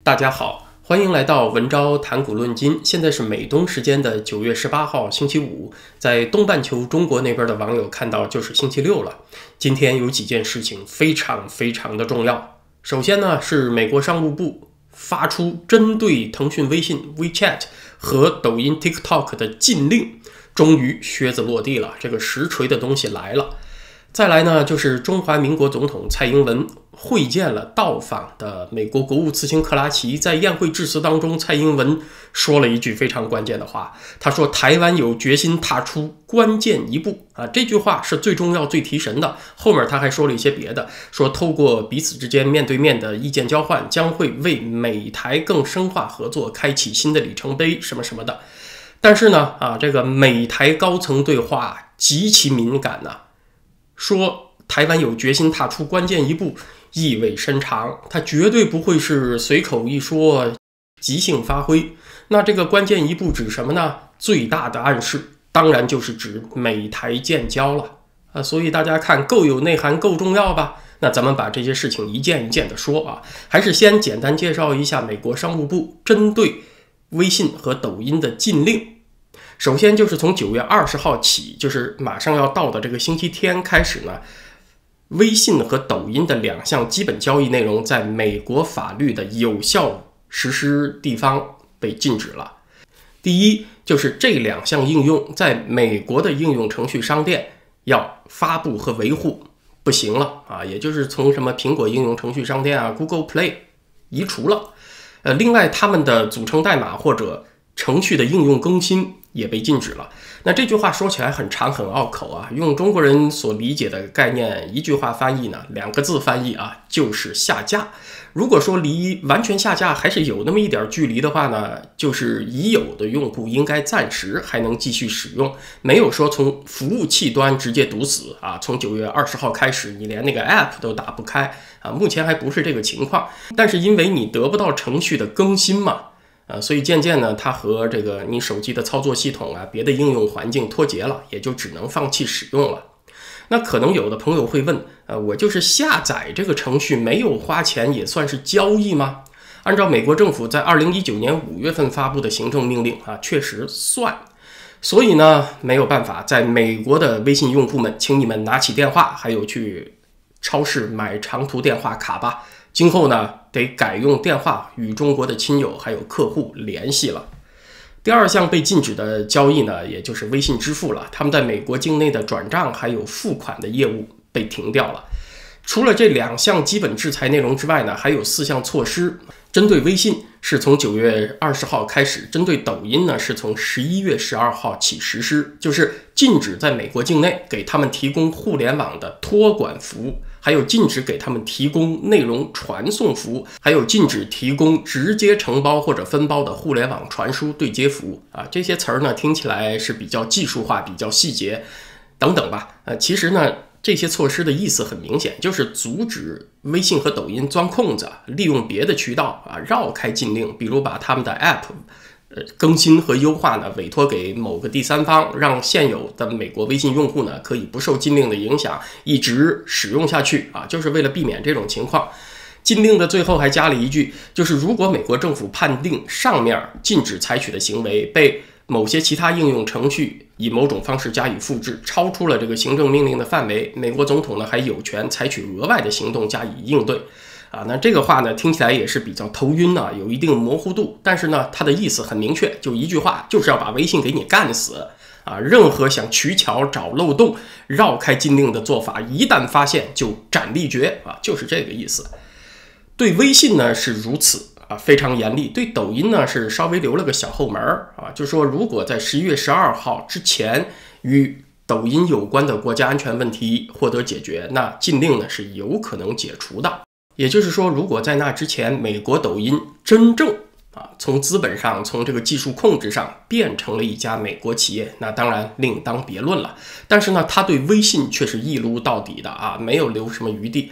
大家好，欢迎来到文昭谈股论金。现在是美东时间的9月18号星期五，在东半球中国那边的网友看到就是星期六了。今天有几件事情非常的重要。首先呢，是美国商务部发出针对腾讯微信 WeChat 和抖音 TikTok 的禁令，终于靴子落地了，这个实锤的东西来了。再来呢，就是中华民国总统蔡英文会见了到访的美国国务次卿克拉奇。在宴会致辞当中，蔡英文说了一句非常关键的话，他说台湾有决心踏出关键一步啊，这句话是最重要最提神的。后面他还说了一些别的，说透过彼此之间面对面的意见交换，将会为美台更深化合作开启新的里程碑什么什么的。但是呢这个美台高层对话极其敏感说台湾有决心踏出关键一步，意味深长，它绝对不会是随口一说即兴发挥。那这个关键一步指什么呢？最大的暗示当然就是指美台建交了所以大家看够有内涵够重要吧。那咱们把这些事情一件一件的说还是先简单介绍一下美国商务部针对微信和抖音的禁令。首先就是从9月20号起，就是马上要到的这个星期天开始呢，微信和抖音的2项基本交易内容在美国法律的有效实施地方被禁止了。第一，就是这2项应用在美国的应用程序商店要发布和维护不行了也就是从什么苹果应用程序商店Google Play 移除了。另外他们的组成代码或者程序的应用更新也被禁止了。那这句话说起来很长很拗口用中国人所理解的概念一句话翻译呢，2个字翻译就是下架。如果说离完全下架还是有那么一点距离的话呢，就是已有的用户应该暂时还能继续使用，没有说从服务器端直接堵死从9月20号开始你连那个 app 都打不开目前还不是这个情况。但是因为你得不到程序的更新嘛所以渐渐呢，它和这个你手机的操作系统别的应用环境脱节了，也就只能放弃使用了。那可能有的朋友会问我就是下载这个程序没有花钱也算是交易吗？按照美国政府在2019年5月份发布的行政命令确实算。所以呢，没有办法，在美国的微信用户们，请你们拿起电话，还有去超市买长途电话卡吧。今后呢，得改用电话与中国的亲友还有客户联系了。第2项被禁止的交易呢，也就是微信支付了，他们在美国境内的转账还有付款的业务被停掉了。除了这2项基本制裁内容之外呢，还有4项措施。针对微信是从9月20号开始，针对抖音呢是从11月12号起实施，就是禁止在美国境内给他们提供互联网的托管服务，还有禁止给他们提供内容传送服务，还有禁止提供直接承包或者分包的互联网传输对接服务这些词儿呢听起来是比较技术化比较细节等等吧其实呢这些措施的意思很明显，就是阻止微信和抖音钻空子，利用别的渠道绕开禁令，比如把他们的 app更新和优化呢委托给某个第三方，让现有的美国微信用户呢可以不受禁令的影响一直使用下去就是为了避免这种情况。禁令的最后还加了一句，就是如果美国政府判定上面禁止采取的行为被某些其他应用程序以某种方式加以复制，超出了这个行政命令的范围，美国总统呢还有权采取额外的行动加以应对那这个话呢听起来也是比较头晕有一定模糊度，但是呢它的意思很明确，就一句话，就是要把微信给你干死任何想取巧找漏洞绕开禁令的做法，一旦发现就斩立决就是这个意思。对微信呢是如此非常严厉，对抖音呢是稍微留了个小后门就是说如果在11月12号之前与抖音有关的国家安全问题获得解决，那禁令呢是有可能解除的。也就是说，如果在那之前美国抖音真正从资本上从这个技术控制上变成了一家美国企业，那当然另当别论了。但是呢，他对微信却是一撸到底的没有留什么余地。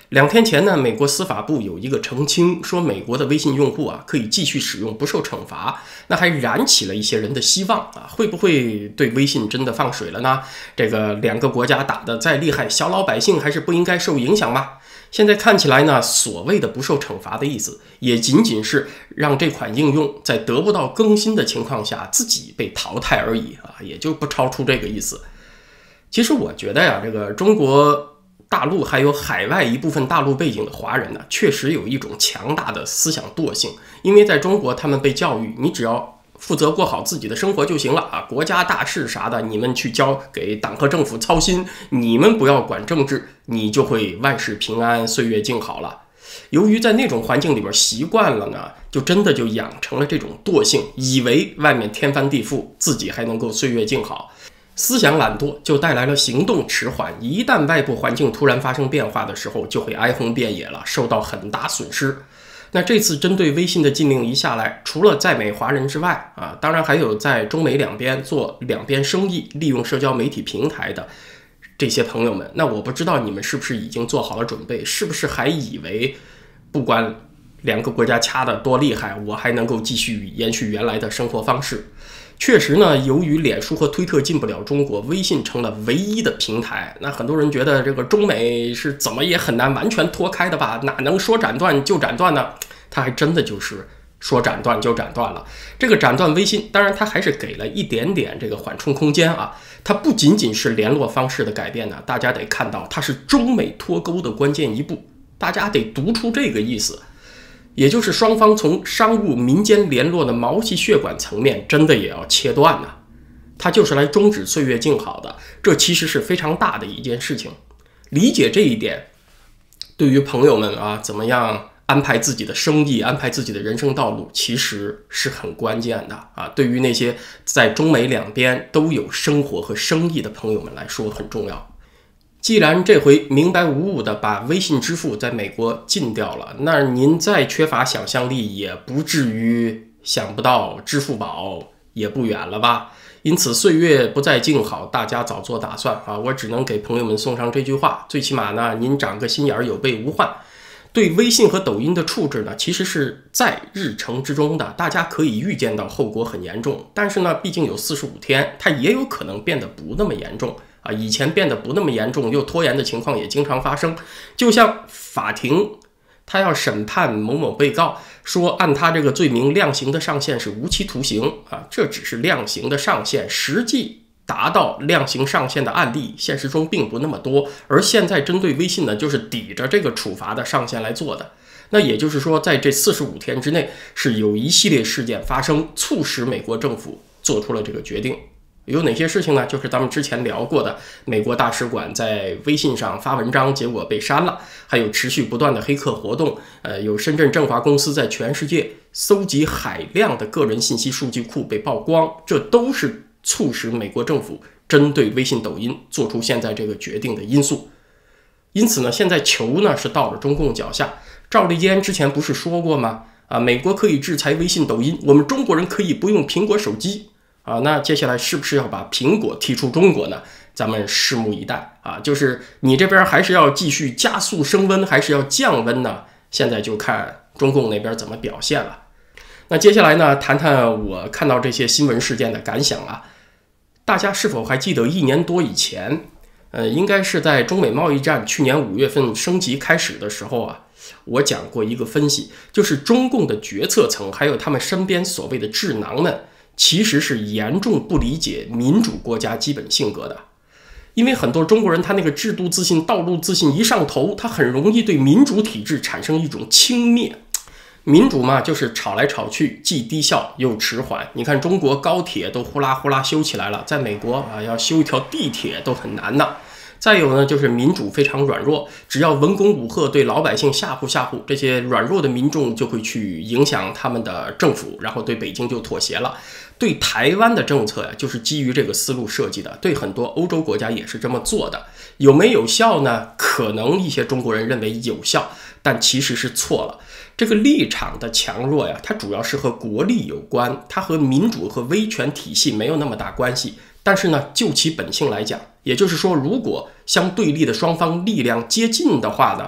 2天前呢，美国司法部有一个澄清，说美国的微信用户啊可以继续使用，不受惩罚。那还燃起了一些人的希望啊，会不会对微信真的放水了呢？这个2个国家打得再厉害，小老百姓还是不应该受影响吧？现在看起来呢，所谓的不受惩罚的意思，也仅仅是让这款应用在得不到更新的情况下自己被淘汰而已啊，也就不超出这个意思。其实我觉得呀，这个中国大陆还有海外一部分大陆背景的华人呢，确实有一种强大的思想惰性。因为在中国，他们被教育，你只要负责过好自己的生活就行了啊，国家大事啥的，你们去交给党和政府操心，你们不要管政治，你就会万事平安，岁月静好了。由于在那种环境里边习惯了呢，就真的就养成了这种惰性，以为外面天翻地覆，自己还能够岁月静好。思想懒惰就带来了行动迟缓，一旦外部环境突然发生变化的时候，就会哀鸿遍野了，受到很大损失。那这次针对微信的禁令一下来，除了在美华人之外啊，当然还有在中美两边做两边生意、利用社交媒体平台的这些朋友们，那我不知道你们是不是已经做好了准备，是不是还以为不管2个国家掐得多厉害，我还能够继续延续原来的生活方式？确实呢，由于脸书和推特进不了中国，微信成了唯一的平台。那很多人觉得这个中美是怎么也很难完全脱开的吧？哪能说斩断就斩断呢？它还真的就是说斩断就斩断了。这个斩断微信，当然它还是给了一点点这个缓冲空间啊。它不仅仅是联络方式的改变呢，大家得看到它是中美脱钩的关键一步，大家得读出这个意思。也就是双方从商务民间联络的毛细血管层面真的也要切断呢，它就是来终止岁月静好的，这其实是非常大的一件事情。理解这一点，对于朋友们啊，怎么样安排自己的生意，安排自己的人生道路，其实是很关键的啊。对于那些在中美两边都有生活和生意的朋友们来说很重要。既然这回明白无误的把微信支付在美国禁掉了，那您再缺乏想象力也不至于想不到支付宝也不远了吧？因此岁月不再静好，大家早做打算啊！我只能给朋友们送上这句话，最起码呢，您长个心眼儿，有备无患。对微信和抖音的处置呢，其实是在日程之中的，大家可以预见到后果很严重，但是呢，毕竟有45天，它也有可能变得不那么严重。以前变得不那么严重又拖延的情况也经常发生，就像法庭他要审判某某被告，说按他这个罪名量刑的上限是无期徒刑啊，这只是量刑的上限，实际达到量刑上限的案例现实中并不那么多，而现在针对微信呢，就是抵着这个处罚的上限来做的。那也就是说，在这45天之内是有一系列事件发生，促使美国政府做出了这个决定。有哪些事情呢？就是咱们之前聊过的，美国大使馆在微信上发文章，结果被删了；还有持续不断的黑客活动，有深圳振华公司在全世界搜集海量的个人信息数据库被曝光，这都是促使美国政府针对微信、抖音做出现在这个决定的因素。因此呢，现在球呢是到了中共脚下。赵立坚之前不是说过吗？美国可以制裁微信、抖音，我们中国人可以不用苹果手机。那接下来是不是要把苹果踢出中国呢？咱们拭目以待啊！就是你这边还是要继续加速升温，还是要降温呢？现在就看中共那边怎么表现了。那接下来呢，谈谈我看到这些新闻事件的感想啊。大家是否还记得1年多以前，应该是在中美贸易战去年5月份升级开始的时候啊，我讲过一个分析，就是中共的决策层还有他们身边所谓的智囊们，其实是严重不理解民主国家基本性格的。因为很多中国人他那个制度自信、道路自信一上头，他很容易对民主体制产生一种轻蔑。民主嘛，就是吵来吵去，既低效又迟缓。你看中国高铁都呼啦呼啦修起来了，在美国要修一条地铁都很难呢。再有呢，就是民主非常软弱，只要文攻武吓，对老百姓吓唬吓唬，这些软弱的民众就会去影响他们的政府，然后对北京就妥协了。对台湾的政策呀，就是基于这个思路设计的，对很多欧洲国家也是这么做的。有没有效呢？可能一些中国人认为有效，但其实是错了。这个立场的强弱呀，它主要是和国力有关，它和民主和威权体系没有那么大关系。但是呢，就其本性来讲，也就是说，如果相对立的双方力量接近的话呢，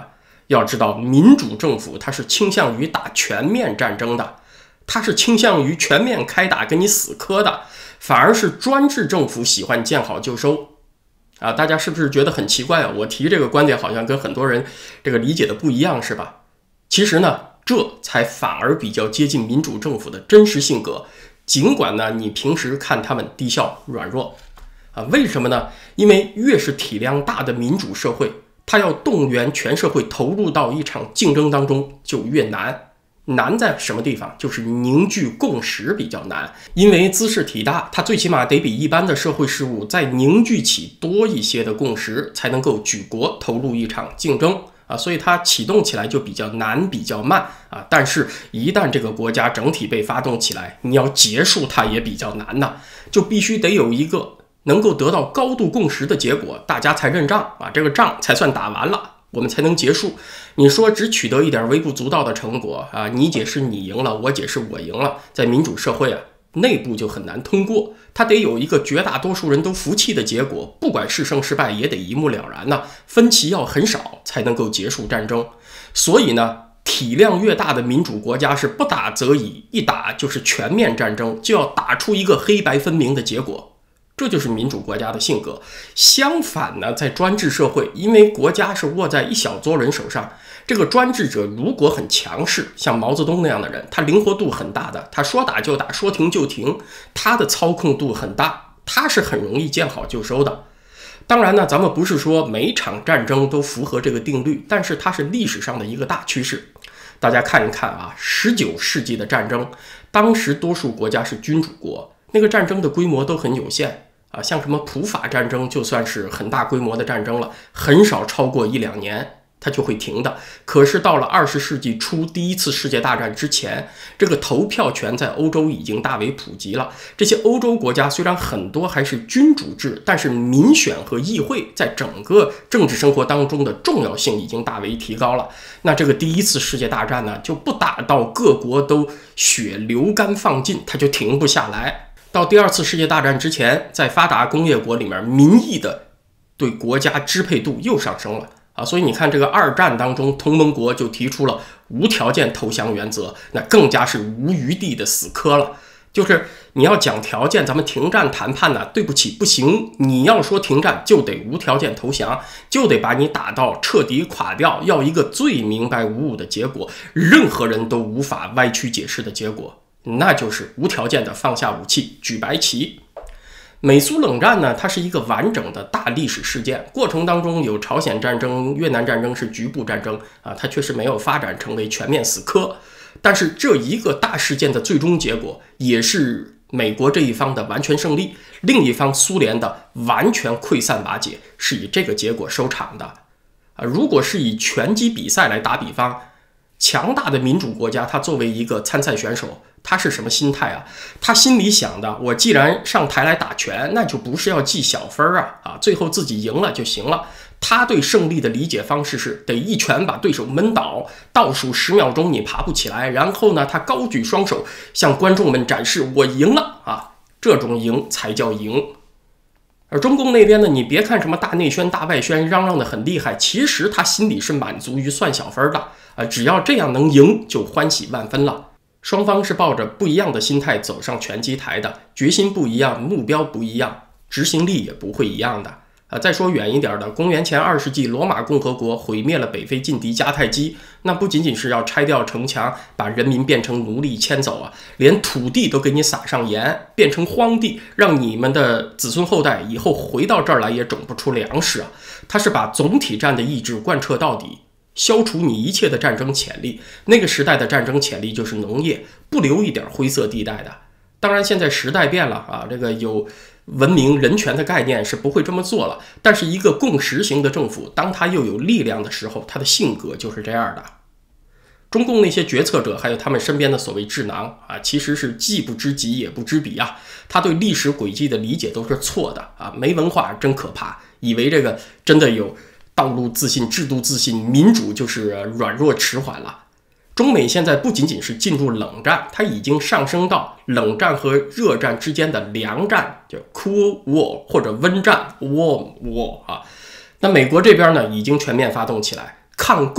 要知道，民主政府它是倾向于打全面战争的，它是倾向于全面开打跟你死磕的，反而是专制政府喜欢见好就收。大家是不是觉得很奇怪啊？我提这个观点好像跟很多人这个理解的不一样，是吧？其实呢，这才反而比较接近民主政府的真实性格。尽管呢，你平时看他们低效软弱为什么呢？因为越是体量大的民主社会，它要动员全社会投入到一场竞争当中就越难。难在什么地方？就是凝聚共识比较难，因为姿势体大，它最起码得比一般的社会事务再凝聚起多一些的共识，才能够举国投入一场竞争所以它启动起来就比较难，比较慢但是一旦这个国家整体被发动起来，你要结束它也比较难就必须得有一个能够得到高度共识的结果，大家才认账这个仗才算打完了，我们才能结束。你说只取得一点微不足道的成果你解释你赢了，我解释我赢了，在民主社会内部就很难通过，它得有一个绝大多数人都服气的结果，不管是胜是败也得一目了然分歧要很少才能够结束战争。所以呢，体量越大的民主国家是不打则已，一打就是全面战争，就要打出一个黑白分明的结果。这就是民主国家的性格。相反呢，在专制社会，因为国家是握在一小撮人手上，这个专制者如果很强势，像毛泽东那样的人，他灵活度很大的，他说打就打，说停就停，他的操控度很大，他是很容易见好就收的。当然呢，咱们不是说每场战争都符合这个定律，但是它是历史上的一个大趋势。大家看一看19世纪的战争，当时多数国家是君主国，那个战争的规模都很有限像什么普法战争就算是很大规模的战争了，很少超过1-2年它就会停的。可是到了20世纪初第一次世界大战之前，这个投票权在欧洲已经大为普及了。这些欧洲国家虽然很多还是君主制，但是民选和议会在整个政治生活当中的重要性已经大为提高了。那这个第一次世界大战呢，就不打到各国都血流干放尽，它就停不下来。到第二次世界大战之前，在发达工业国里面，民意的对国家支配度又上升了所以你看这个二战当中，同盟国就提出了无条件投降原则，那更加是无余地的死磕了。就是你要讲条件，咱们停战谈判对不起，不行，你要说停战就得无条件投降，就得把你打到彻底垮掉，要一个最明白无误的结果，任何人都无法歪曲解释的结果，那就是无条件的放下武器，举白旗。美苏冷战呢，它是一个完整的大历史事件，过程当中有朝鲜战争、越南战争是局部战争它确实没有发展成为全面死磕。但是这一个大事件的最终结果，也是美国这一方的完全胜利，另一方苏联的完全溃散瓦解，是以这个结果收场的如果是以拳击比赛来打比方，强大的民主国家，他作为一个参赛选手，他是什么心态他心里想的，我既然上台来打拳，那就不是要记小分最后自己赢了就行了。他对胜利的理解方式是得一拳把对手闷倒，倒数10秒钟你爬不起来，然后呢他高举双手向观众们展示我赢了这种赢才叫赢。而中共那边呢，你别看什么大内宣大外宣嚷嚷的很厉害，其实他心里是满足于算小分的只要这样能赢就欢喜万分了。双方是抱着不一样的心态走上拳击台的，决心不一样，目标不一样，执行力也不会一样的再说远一点的，公元前2世纪罗马共和国毁灭了北非劲敌迦太基，那不仅仅是要拆掉城墙，把人民变成奴隶迁走连土地都给你撒上盐，变成荒地，让你们的子孙后代以后回到这儿来也种不出粮食他是把总体战的意志贯彻到底，消除你一切的战争潜力。那个时代的战争潜力就是农业，不留一点灰色地带的。当然现在时代变了这个有文明人权的概念是不会这么做了，但是一个共识型的政府，当他又有力量的时候，他的性格就是这样的。中共那些决策者还有他们身边的所谓智囊其实是既不知己也不知彼他对历史轨迹的理解都是错的没文化真可怕，以为这个真的有道路自信、制度自信，民主就是软弱迟缓了。中美现在不仅仅是进入冷战，它已经上升到冷战和热战之间的凉战，叫 Cool War 或者温战 Warm War 那美国这边呢，已经全面发动起来，抗共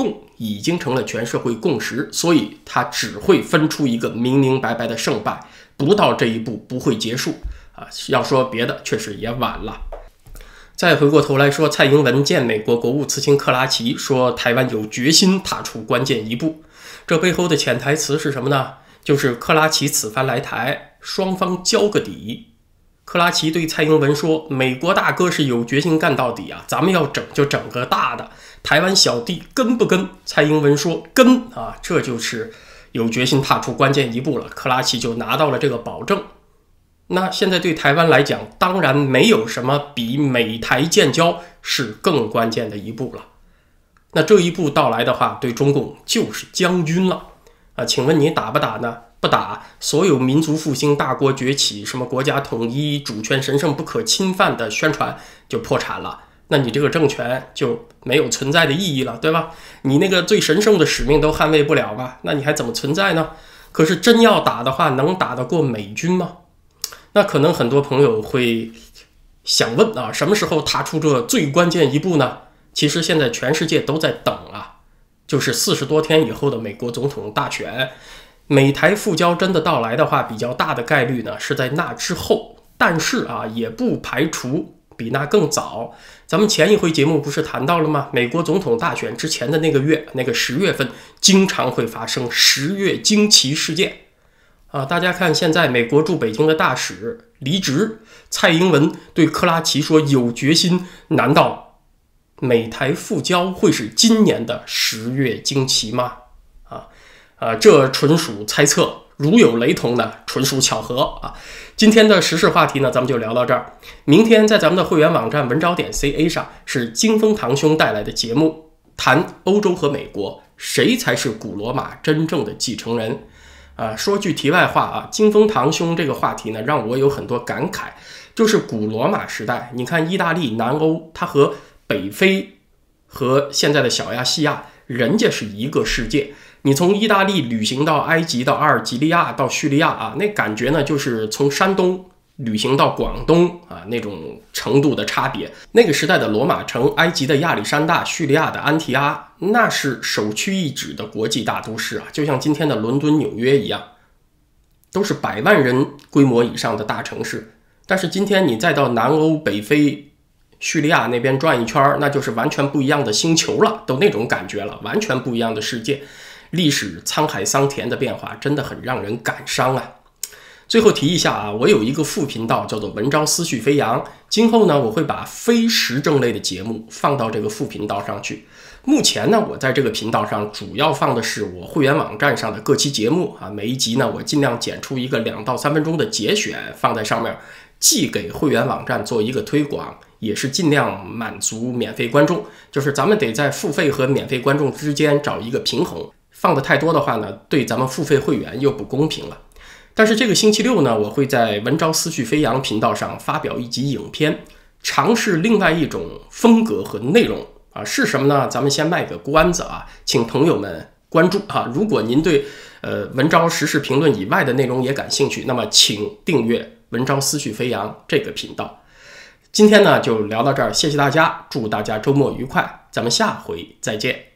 已经成了全社会共识，所以它只会分出一个明明白白的胜败，不到这一步不会结束啊。要说别的，确实也晚了。再回过头来说，蔡英文见美国国务次卿克拉奇，说台湾有决心踏出关键一步。这背后的潜台词是什么呢？就是克拉奇此番来台，双方交个底。克拉奇对蔡英文说：“美国大哥是有决心干到底啊，咱们要整就整个大的。台湾小弟跟不跟？”蔡英文说：“跟啊，这就是有决心踏出关键一步了。”克拉奇就拿到了这个保证。那现在对台湾来讲，当然没有什么比美台建交是更关键的一步了。那这一步到来的话，对中共就是将军了啊！请问你打不打呢？不打，所有民族复兴、大国崛起、什么国家统一、主权神圣不可侵犯的宣传就破产了。那你这个政权就没有存在的意义了，对吧？你那个最神圣的使命都捍卫不了吧？那你还怎么存在呢？可是真要打的话，能打得过美军吗？那可能很多朋友会想问啊，什么时候踏出这最关键一步呢？其实现在全世界都在等啊，就是40多天以后的美国总统大选。美台复交真的到来的话，比较大的概率呢是在那之后，但是啊，也不排除比那更早。咱们前一回节目不是谈到了吗？美国总统大选之前的那个月，那个10月份，经常会发生10月惊奇事件啊！大家看，现在美国驻北京的大使离职，蔡英文对克拉奇说有决心，难道美台复交会是今年的10月惊奇吗？这纯属猜测，如有雷同呢，纯属巧合啊！今天的时事话题呢，咱们就聊到这儿。明天在咱们的会员网站文招点 CA 上是金风堂兄带来的节目，谈欧洲和美国谁才是古罗马真正的继承人。说句题外话啊，金风堂兄这个话题呢，让我有很多感慨。就是古罗马时代，你看意大利、南欧，它和北非和现在的小亚细亚，人家是一个世界。你从意大利旅行到埃及，到阿尔及利亚，到叙利亚啊，那感觉呢，就是从山东旅行到广东啊，那种程度的差别。那个时代的罗马城、埃及的亚历山大、叙利亚的安提阿，那是首屈一指的国际大都市啊，就像今天的伦敦、纽约一样，都是100万人规模以上的大城市。但是今天你再到南欧、北非、叙利亚那边转一圈，那就是完全不一样的星球了，都那种感觉了，完全不一样的世界。历史沧海桑田的变化真的很让人感伤啊！最后提一下啊，我有一个副频道叫做文昭思绪飞扬，今后呢，我会把非时政类的节目放到这个副频道上去。目前呢，我在这个频道上主要放的是我会员网站上的各期节目啊，每一集呢，我尽量剪出一个2到3分钟的节选放在上面，既给会员网站做一个推广，也是尽量满足免费观众，就是咱们得在付费和免费观众之间找一个平衡。放的太多的话呢，对咱们付费会员又不公平了。但是这个星期六呢，我会在文昭思绪飞扬频道上发表一集影片，尝试另外一种风格和内容啊，是什么呢？咱们先卖个关子啊，请朋友们关注啊。如果您对文昭时事评论以外的内容也感兴趣，那么请订阅文昭思绪飞扬这个频道。今天呢就聊到这儿，谢谢大家，祝大家周末愉快，咱们下回再见。